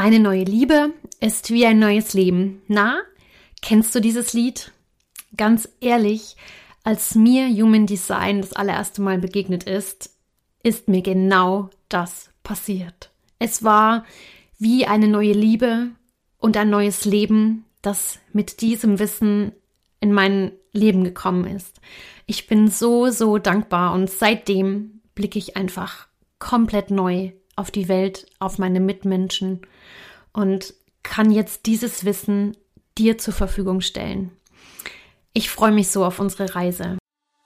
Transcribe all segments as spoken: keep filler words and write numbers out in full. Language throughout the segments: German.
Eine neue Liebe ist wie ein neues Leben. Na, kennst du dieses Lied? Ganz ehrlich, als mir Human Design das allererste Mal begegnet ist, ist mir genau das passiert. Es war wie eine neue Liebe und ein neues Leben, das mit diesem Wissen in mein Leben gekommen ist. Ich bin so, so dankbar und seitdem blicke ich einfach komplett neu auf die Welt, auf meine Mitmenschen und kann jetzt dieses Wissen dir zur Verfügung stellen. Ich freue mich so auf unsere Reise.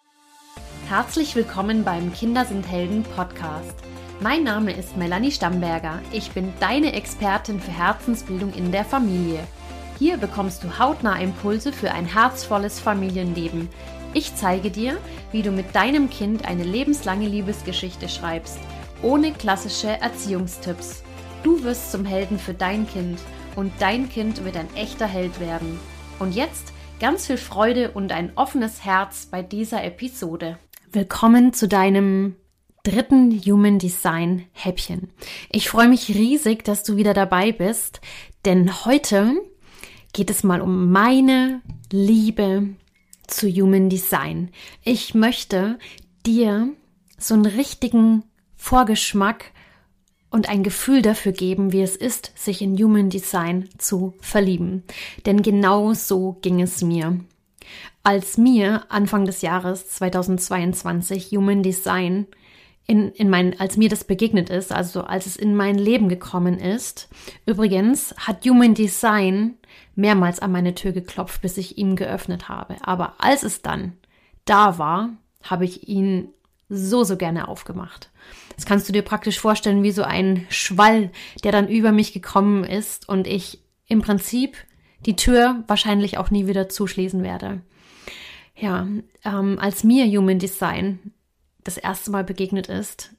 Herzlich willkommen beim Kinder sind Helden Podcast. Mein Name ist Melanie Stamberger. Ich bin deine Expertin für Herzensbildung in der Familie. Hier bekommst du hautnah Impulse für ein herzvolles Familienleben. Ich zeige dir, wie du mit deinem Kind eine lebenslange Liebesgeschichte schreibst, ohne klassische Erziehungstipps. Du wirst zum Helden für dein Kind und dein Kind wird ein echter Held werden. Und jetzt ganz viel Freude und ein offenes Herz bei dieser Episode. Willkommen zu deinem dritten Human Design Häppchen. Ich freue mich riesig, dass du wieder dabei bist, denn heute geht es mal um meine Liebe zu Human Design. Ich möchte dir so einen richtigen Vorgeschmack und ein Gefühl dafür geben, wie es ist, sich in Human Design zu verlieben. Denn genau so ging es mir. Als mir Anfang des Jahres zweitausendzweiundzwanzig Human Design in, in mein, als mir das begegnet ist, also als es in mein Leben gekommen ist. Übrigens hat Human Design mehrmals an meine Tür geklopft, bis ich ihn geöffnet habe. Aber als es dann da war, habe ich ihn so, so gerne aufgemacht. Das kannst du dir praktisch vorstellen wie so ein Schwall, der dann über mich gekommen ist und ich im Prinzip die Tür wahrscheinlich auch nie wieder zuschließen werde. Ja, ähm, als mir Human Design das erste Mal begegnet ist,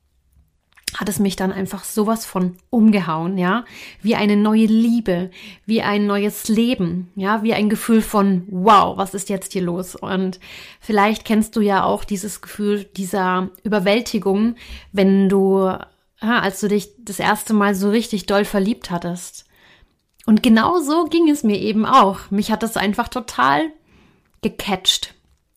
hat es mich dann einfach sowas von umgehauen, ja, wie eine neue Liebe, wie ein neues Leben, ja, wie ein Gefühl von, wow, was ist jetzt hier los? Und vielleicht kennst du ja auch dieses Gefühl dieser Überwältigung, wenn du, ja, als du dich das erste Mal so richtig doll verliebt hattest. Und genau so ging es mir eben auch. Mich hat das einfach total gecatcht,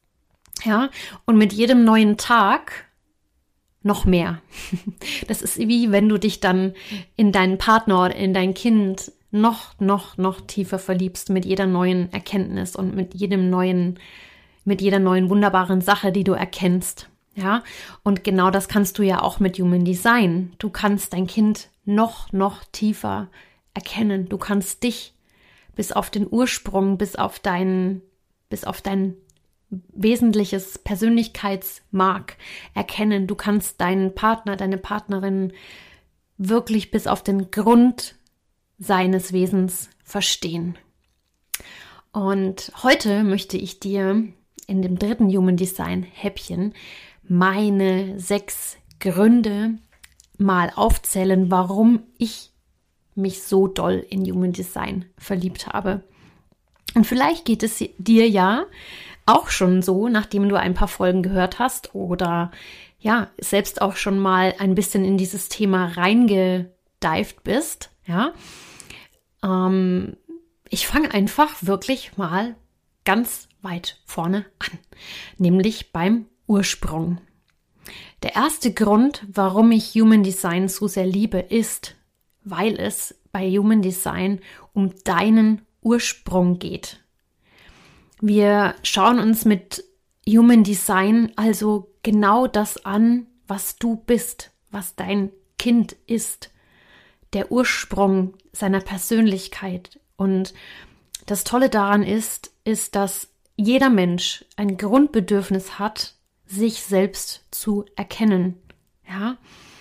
ja, und mit jedem neuen Tag noch mehr. Das ist wie wenn du dich dann in deinen Partner oder in dein Kind noch, noch, noch tiefer verliebst mit jeder neuen Erkenntnis und mit jedem neuen, mit jeder neuen wunderbaren Sache, die du erkennst. Ja, und genau das kannst du ja auch mit Human Design. Du kannst dein Kind noch, noch tiefer erkennen. Du kannst dich bis auf den Ursprung, bis auf dein, bis auf dein wesentliches Persönlichkeitsmark erkennen. Du kannst deinen Partner, deine Partnerin wirklich bis auf den Grund seines Wesens verstehen. Und heute möchte ich dir in dem dritten Human Design Häppchen meine sechs Gründe mal aufzählen, warum ich mich so doll in Human Design verliebt habe. Und vielleicht geht es dir ja auch schon so, nachdem du ein paar Folgen gehört hast oder ja, selbst auch schon mal ein bisschen in dieses Thema reingedived bist, ja. Ähm, ich fange einfach wirklich mal ganz weit vorne an, nämlich beim Ursprung. Der erste Grund, warum ich Human Design so sehr liebe, ist, weil es bei Human Design um deinen Ursprung geht. Wir schauen uns mit Human Design also genau das an, was du bist, was dein Kind ist, der Ursprung seiner Persönlichkeit. Und das Tolle daran ist, ist, dass jeder Mensch ein Grundbedürfnis hat, sich selbst zu erkennen. Ja?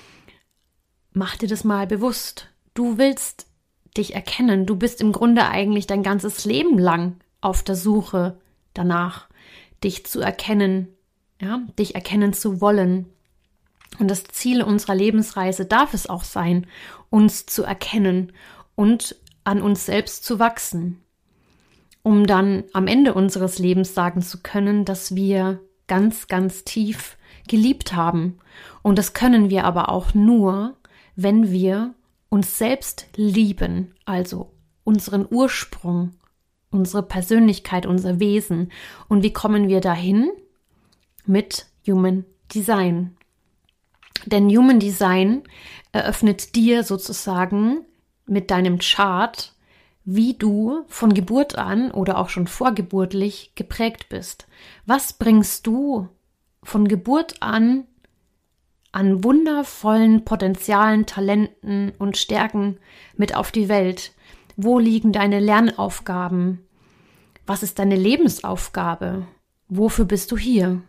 Mach dir das mal bewusst. Du willst dich erkennen. Du bist im Grunde eigentlich dein ganzes Leben lang auf der Suche danach, dich zu erkennen, ja, dich erkennen zu wollen. Und das Ziel unserer Lebensreise darf es auch sein, uns zu erkennen und an uns selbst zu wachsen, um dann am Ende unseres Lebens sagen zu können, dass wir ganz, ganz tief geliebt haben. Und das können wir aber auch nur, wenn wir uns selbst lieben, also unseren Ursprung, unsere Persönlichkeit, unser Wesen. Und wie kommen wir dahin? Mit Human Design. Denn Human Design eröffnet dir sozusagen mit deinem Chart, wie du von Geburt an oder auch schon vorgeburtlich geprägt bist. Was bringst du von Geburt an an wundervollen Potenzialen, Talenten und Stärken mit auf die Welt? Wo liegen deine Lernaufgaben? Was ist deine Lebensaufgabe? Wofür bist du hier?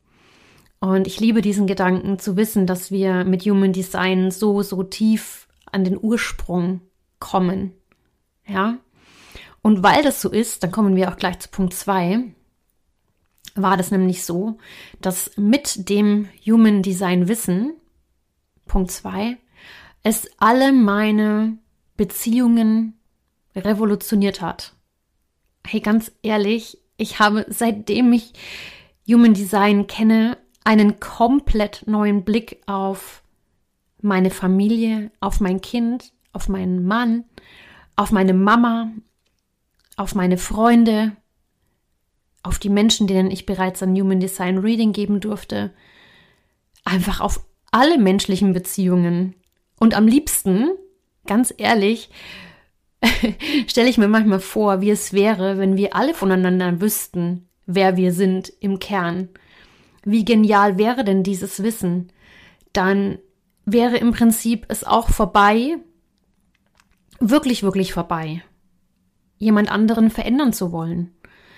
Und ich liebe diesen Gedanken zu wissen, dass wir mit Human Design so, so tief an den Ursprung kommen. Ja? Und weil das so ist, dann kommen wir auch gleich zu Punkt zwei, war das nämlich so, dass mit dem Human Design Wissen, Punkt zwei, es alle meine Beziehungen revolutioniert hat. Hey, ganz ehrlich, ich habe, seitdem ich Human Design kenne, einen komplett neuen Blick auf meine Familie, auf mein Kind, auf meinen Mann, auf meine Mama, auf meine Freunde, auf die Menschen, denen ich bereits ein Human Design Reading geben durfte, einfach auf alle menschlichen Beziehungen. Und am liebsten, ganz ehrlich, stelle ich mir manchmal vor, wie es wäre, wenn wir alle voneinander wüssten, wer wir sind im Kern. Wie genial wäre denn dieses Wissen? Dann wäre im Prinzip es auch vorbei, wirklich, wirklich vorbei, jemand anderen verändern zu wollen.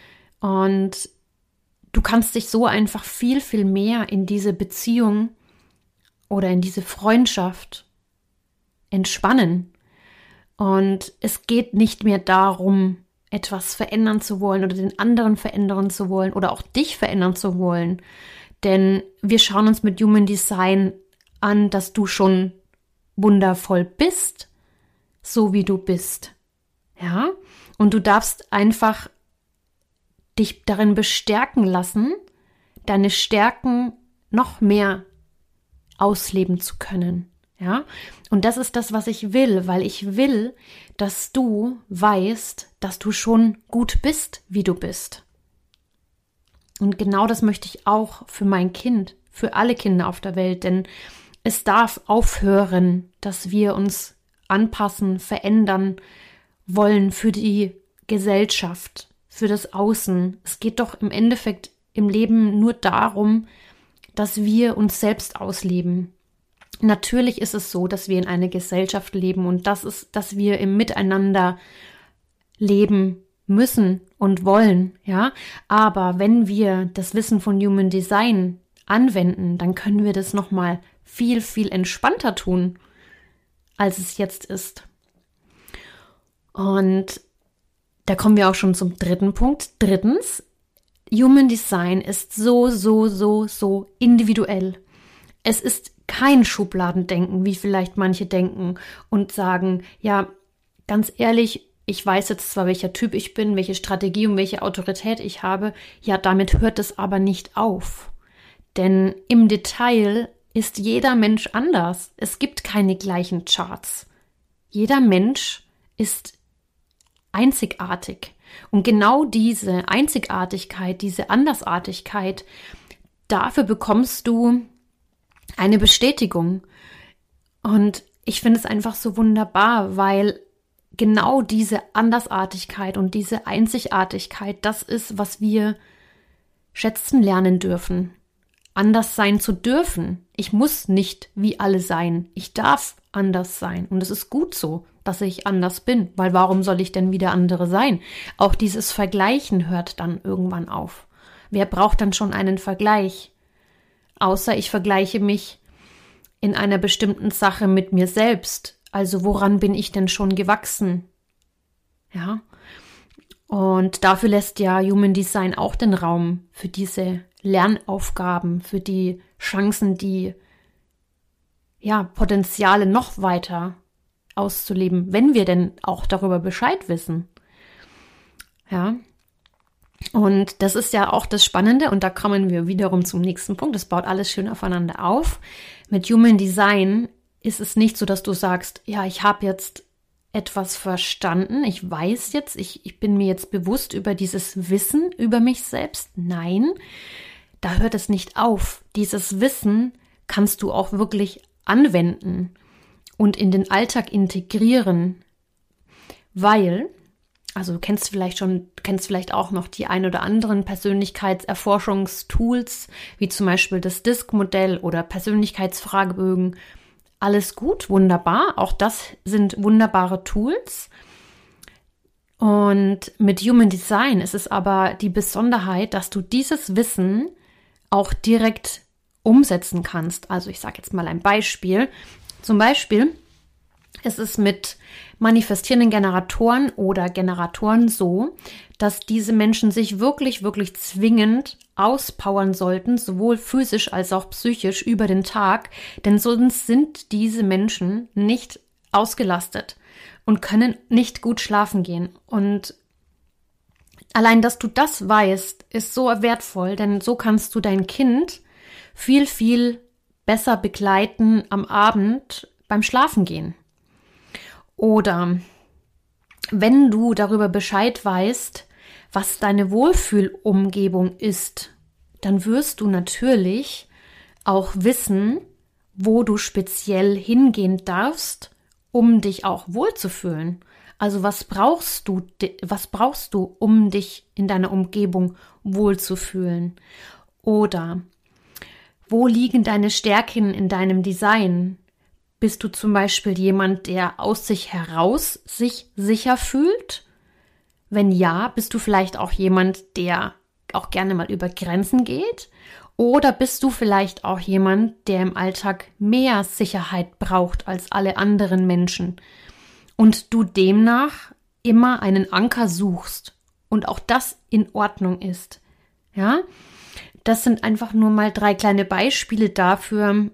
Und du kannst dich so einfach viel, viel mehr in diese Beziehung oder in diese Freundschaft entspannen. Und es geht nicht mehr darum, etwas verändern zu wollen oder den anderen verändern zu wollen oder auch dich verändern zu wollen. Denn wir schauen uns mit Human Design an, dass du schon wundervoll bist, so wie du bist. Ja? Und du darfst einfach dich darin bestärken lassen, deine Stärken noch mehr ausleben zu können. Ja? Und das ist das, was ich will, weil ich will, dass du weißt, dass du schon gut bist, wie du bist. Und genau das möchte ich auch für mein Kind, für alle Kinder auf der Welt, denn es darf aufhören, dass wir uns anpassen, verändern wollen für die Gesellschaft, für das Außen. Es geht doch im Endeffekt im Leben nur darum, dass wir uns selbst ausleben. Natürlich ist es so, dass wir in einer Gesellschaft leben und das ist, dass wir im Miteinander leben müssen und wollen, ja. Aber wenn wir das Wissen von Human Design anwenden, dann können wir das nochmal viel, viel entspannter tun, als es jetzt ist. Und da kommen wir auch schon zum dritten Punkt. Drittens, Human Design ist so, so, so, so individuell. Es ist kein Schubladendenken, wie vielleicht manche denken und sagen, ja, ganz ehrlich, ich weiß jetzt zwar, welcher Typ ich bin, welche Strategie und welche Autorität ich habe, ja, damit hört es aber nicht auf. Denn im Detail ist jeder Mensch anders. Es gibt keine gleichen Charts. Jeder Mensch ist einzigartig. Und genau diese Einzigartigkeit, diese Andersartigkeit, dafür bekommst du eine Bestätigung. Und ich finde es einfach so wunderbar, weil genau diese Andersartigkeit und diese Einzigartigkeit, das ist, was wir schätzen lernen dürfen. Anders sein zu dürfen. Ich muss nicht wie alle sein. Ich darf anders sein. Und es ist gut so, dass ich anders bin, weil warum soll ich denn wieder andere sein? Auch dieses Vergleichen hört dann irgendwann auf. Wer braucht dann schon einen Vergleich? Außer ich vergleiche mich in einer bestimmten Sache mit mir selbst. Also woran bin ich denn schon gewachsen? Ja. Und dafür lässt ja Human Design auch den Raum für diese Lernaufgaben, für die Chancen, die ja Potenziale noch weiter auszuleben, wenn wir denn auch darüber Bescheid wissen. Ja. Und das ist ja auch das Spannende und da kommen wir wiederum zum nächsten Punkt. Das baut alles schön aufeinander auf. Mit Human Design ist es nicht so, dass du sagst, ja, ich habe jetzt etwas verstanden, ich weiß jetzt, ich, ich bin mir jetzt bewusst über dieses Wissen über mich selbst. Nein, da hört es nicht auf. Dieses Wissen kannst du auch wirklich anwenden und in den Alltag integrieren, weil, also du kennst vielleicht schon, kennst vielleicht auch noch die ein oder anderen Persönlichkeitserforschungstools, wie zum Beispiel das D I S C-Modell oder Persönlichkeitsfragebögen. Alles gut, wunderbar. Auch das sind wunderbare Tools. Und mit Human Design ist es aber die Besonderheit, dass du dieses Wissen auch direkt umsetzen kannst. Also ich sage jetzt mal ein Beispiel. Zum Beispiel ist es mit manifestierenden Generatoren oder Generatoren so, dass diese Menschen sich wirklich, wirklich zwingend auspowern sollten, sowohl physisch als auch psychisch über den Tag, denn sonst sind diese Menschen nicht ausgelastet und können nicht gut schlafen gehen. Und allein, dass du das weißt, ist so wertvoll, denn so kannst du dein Kind viel, viel besser begleiten am Abend beim Schlafengehen. Oder wenn du darüber Bescheid weißt, was deine Wohlfühlumgebung ist, dann wirst du natürlich auch wissen, wo du speziell hingehen darfst, um dich auch wohlzufühlen. Also was brauchst du, was brauchst du, um dich in deiner Umgebung wohlzufühlen? Oder wo liegen deine Stärken in deinem Design? Bist du zum Beispiel jemand, der aus sich heraus sich sicher fühlt? Wenn ja, bist du vielleicht auch jemand, der auch gerne mal über Grenzen geht? Oder bist du vielleicht auch jemand, der im Alltag mehr Sicherheit braucht als alle anderen Menschen und du demnach immer einen Anker suchst und auch das in Ordnung ist? Ja, das sind einfach nur mal drei kleine Beispiele dafür,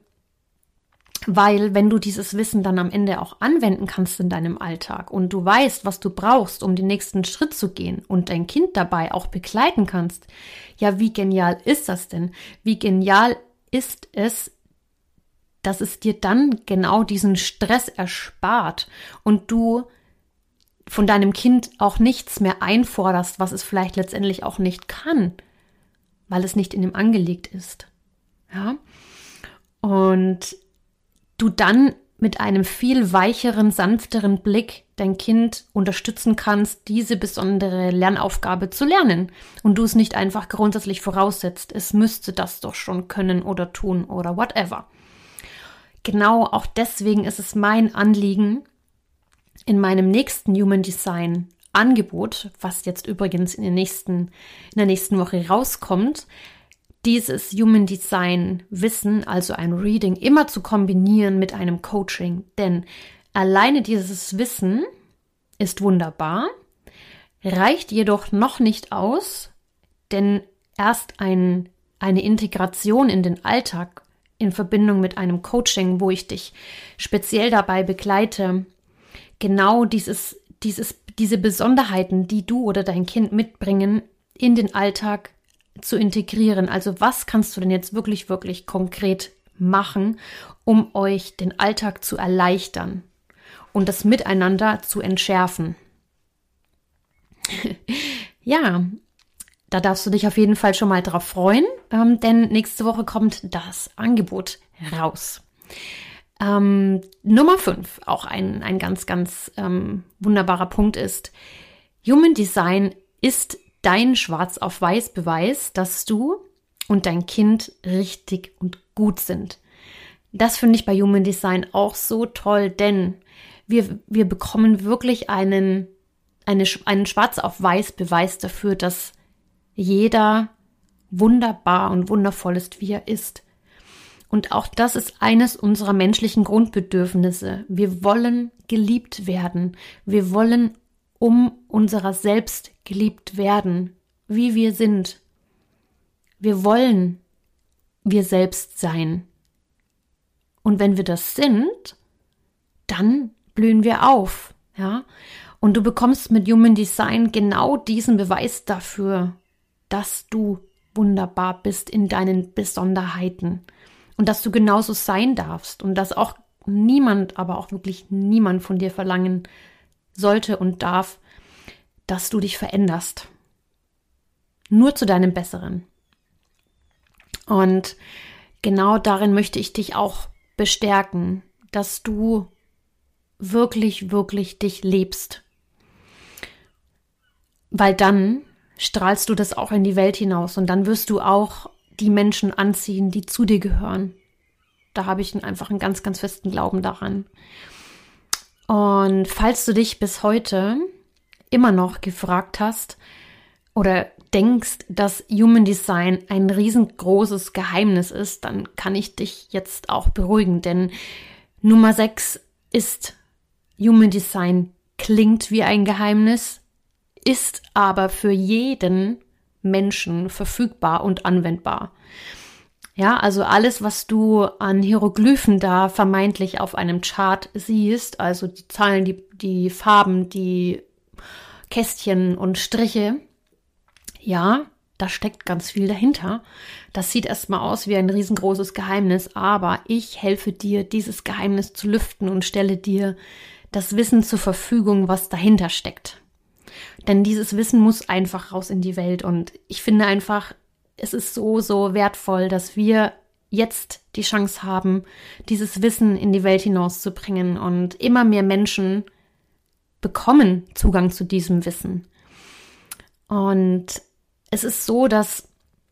weil wenn du dieses Wissen dann am Ende auch anwenden kannst in deinem Alltag und du weißt, was du brauchst, um den nächsten Schritt zu gehen und dein Kind dabei auch begleiten kannst, ja, wie genial ist das denn? Wie genial ist es, dass es dir dann genau diesen Stress erspart und du von deinem Kind auch nichts mehr einforderst, was es vielleicht letztendlich auch nicht kann, weil es nicht in ihm angelegt ist. Ja? Und du dann mit einem viel weicheren, sanfteren Blick dein Kind unterstützen kannst, diese besondere Lernaufgabe zu lernen. Und du es nicht einfach grundsätzlich voraussetzt, es müsste das doch schon können oder tun oder whatever. Genau auch deswegen ist es mein Anliegen, in meinem nächsten Human Design Angebot, was jetzt übrigens in der nächsten, in der nächsten Woche rauskommt, dieses Human Design Wissen, also ein Reading, immer zu kombinieren mit einem Coaching. Denn alleine dieses Wissen ist wunderbar, reicht jedoch noch nicht aus, denn erst ein, eine Integration in den Alltag in Verbindung mit einem Coaching, wo ich dich speziell dabei begleite, genau dieses, dieses, diese Besonderheiten, die du oder dein Kind mitbringen, in den Alltag zu integrieren. Also was kannst du denn jetzt wirklich, wirklich konkret machen, um euch den Alltag zu erleichtern und das Miteinander zu entschärfen? Ja, da darfst du dich auf jeden Fall schon mal drauf freuen, ähm, denn nächste Woche kommt das Angebot raus. Ähm, Nummer fünf, auch ein, ein ganz, ganz ähm, wunderbarer Punkt ist, Human Design ist dein Schwarz-auf-Weiß-Beweis, dass du und dein Kind richtig und gut sind. Das finde ich bei Human Design auch so toll, denn wir, wir bekommen wirklich einen, eine, einen Schwarz-auf-Weiß-Beweis dafür, dass jeder wunderbar und wundervoll ist, wie er ist. Und auch das ist eines unserer menschlichen Grundbedürfnisse. Wir wollen geliebt werden. Wir wollen um unserer selbst geliebt werden, wie wir sind. Wir wollen wir selbst sein. Und wenn wir das sind, dann blühen wir auf, ja? Und du bekommst mit Human Design genau diesen Beweis dafür, dass du wunderbar bist in deinen Besonderheiten und dass du genauso sein darfst und dass auch niemand, aber auch wirklich niemand von dir verlangen sollte und darf, dass du dich veränderst. Nur zu deinem Besseren. Und genau darin möchte ich dich auch bestärken, dass du wirklich, wirklich dich lebst. Weil dann strahlst du das auch in die Welt hinaus und dann wirst du auch die Menschen anziehen, die zu dir gehören. Da habe ich einfach einen ganz, ganz festen Glauben daran. Und falls du dich bis heute immer noch gefragt hast oder denkst, dass Human Design ein riesengroßes Geheimnis ist, dann kann ich dich jetzt auch beruhigen, denn Nummer sechs ist Human Design klingt wie ein Geheimnis, ist aber für jeden Menschen verfügbar und anwendbar. Ja, also alles, was du an Hieroglyphen da vermeintlich auf einem Chart siehst, also die Zahlen, die, die Farben, die Kästchen und Striche, ja, da steckt ganz viel dahinter. Das sieht erstmal aus wie ein riesengroßes Geheimnis, aber ich helfe dir, dieses Geheimnis zu lüften und stelle dir das Wissen zur Verfügung, was dahinter steckt. Denn dieses Wissen muss einfach raus in die Welt und ich finde einfach, es ist so, so wertvoll, dass wir jetzt die Chance haben, dieses Wissen in die Welt hinauszubringen und immer mehr Menschen bekommen Zugang zu diesem Wissen. Und es ist so, dass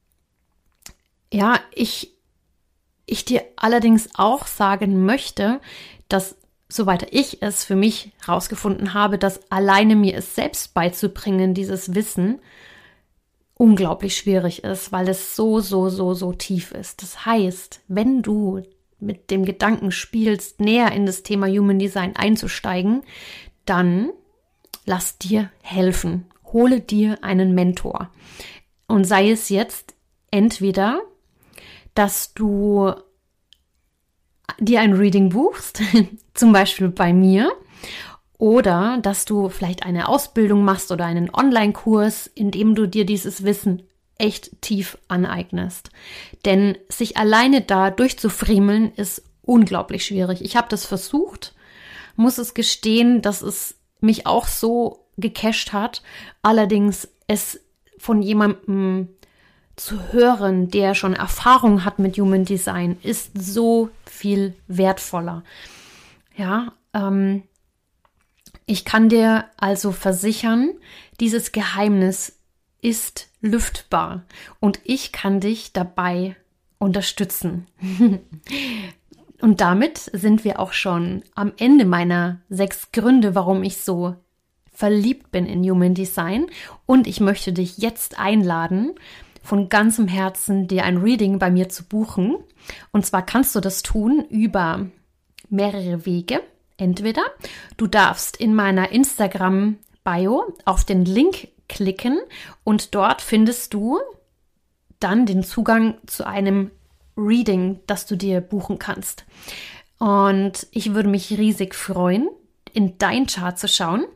ja, ich, ich dir allerdings auch sagen möchte, dass soweit ich es für mich herausgefunden habe, dass alleine mir es selbst beizubringen, dieses Wissen, unglaublich schwierig ist, weil es so, so, so, so tief ist. Das heißt, wenn du mit dem Gedanken spielst, näher in das Thema Human Design einzusteigen, dann lass dir helfen. Hole dir einen Mentor. Und sei es jetzt entweder, dass du dir ein Reading buchst, zum Beispiel bei mir, oder dass du vielleicht eine Ausbildung machst oder einen Online-Kurs, in dem du dir dieses Wissen echt tief aneignest. Denn sich alleine da durchzufriemeln ist unglaublich schwierig. Ich habe das versucht, muss es gestehen, dass es mich auch so gecasht hat. Allerdings es von jemandem zu hören, der schon Erfahrung hat mit Human Design, ist so viel wertvoller. Ja, ähm, ich kann dir also versichern, dieses Geheimnis ist lüftbar und ich kann dich dabei unterstützen. Und damit sind wir auch schon am Ende meiner sechs Gründe, warum ich so verliebt bin in Human Design. Und ich möchte dich jetzt einladen, von ganzem Herzen dir ein Reading bei mir zu buchen. Und zwar kannst du das tun über mehrere Wege. Entweder du darfst in meiner Instagram-Bio auf den Link klicken und dort findest du dann den Zugang zu einem Reading, das du dir buchen kannst. Und ich würde mich riesig freuen, in dein Chart zu schauen.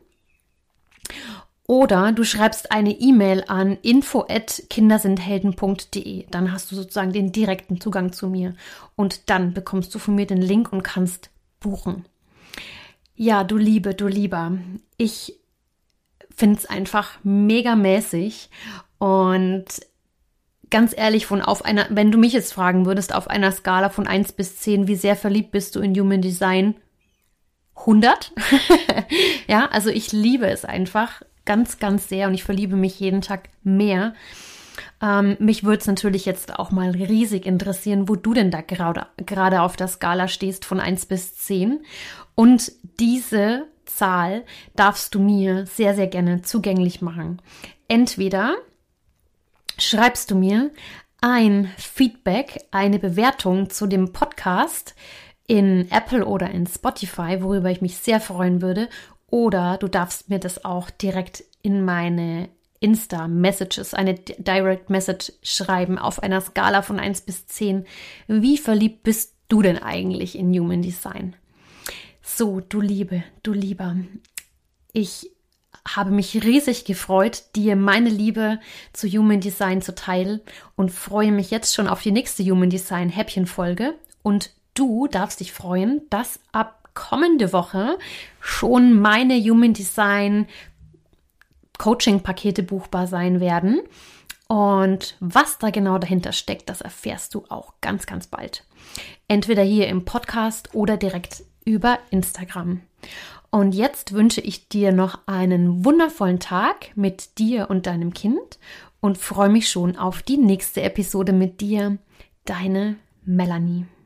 Oder du schreibst eine E-Mail an info at kindersindhelden punkt de. Dann hast du sozusagen den direkten Zugang zu mir. Und dann bekommst du von mir den Link und kannst buchen. Ja, du Liebe, du Lieber. Ich finde es einfach megamäßig. Und ganz ehrlich, von auf einer, wenn du mich jetzt fragen würdest, auf einer Skala von eins bis zehn, wie sehr verliebt bist du in Human Design? hundert. Ja, also ich liebe es einfach ganz, ganz sehr und ich verliebe mich jeden Tag mehr. Ähm, mich würde es natürlich jetzt auch mal riesig interessieren, wo du denn da gerade, gerade auf der Skala stehst von eins bis zehn. Und diese Zahl darfst du mir sehr, sehr gerne zugänglich machen. Entweder schreibst du mir ein Feedback, eine Bewertung zu dem Podcast in Apple oder in Spotify, worüber ich mich sehr freuen würde. Oder du darfst mir das auch direkt in meine Insta-Messages, eine Direct Message schreiben auf einer Skala von eins bis zehn. Wie verliebt bist du denn eigentlich in Human Design? So, du Liebe, du Lieber, ich habe mich riesig gefreut, dir meine Liebe zu Human Design zu teilen und freue mich jetzt schon auf die nächste Human Design Häppchen-Folge. Und du darfst dich freuen, dass ab kommende Woche schon meine Human Design Coaching-Pakete buchbar sein werden. Und was da genau dahinter steckt, das erfährst du auch ganz, ganz bald. Entweder hier im Podcast oder direkt über Instagram. Und jetzt wünsche ich dir noch einen wundervollen Tag mit dir und deinem Kind und freue mich schon auf die nächste Episode mit dir. Deine Melanie.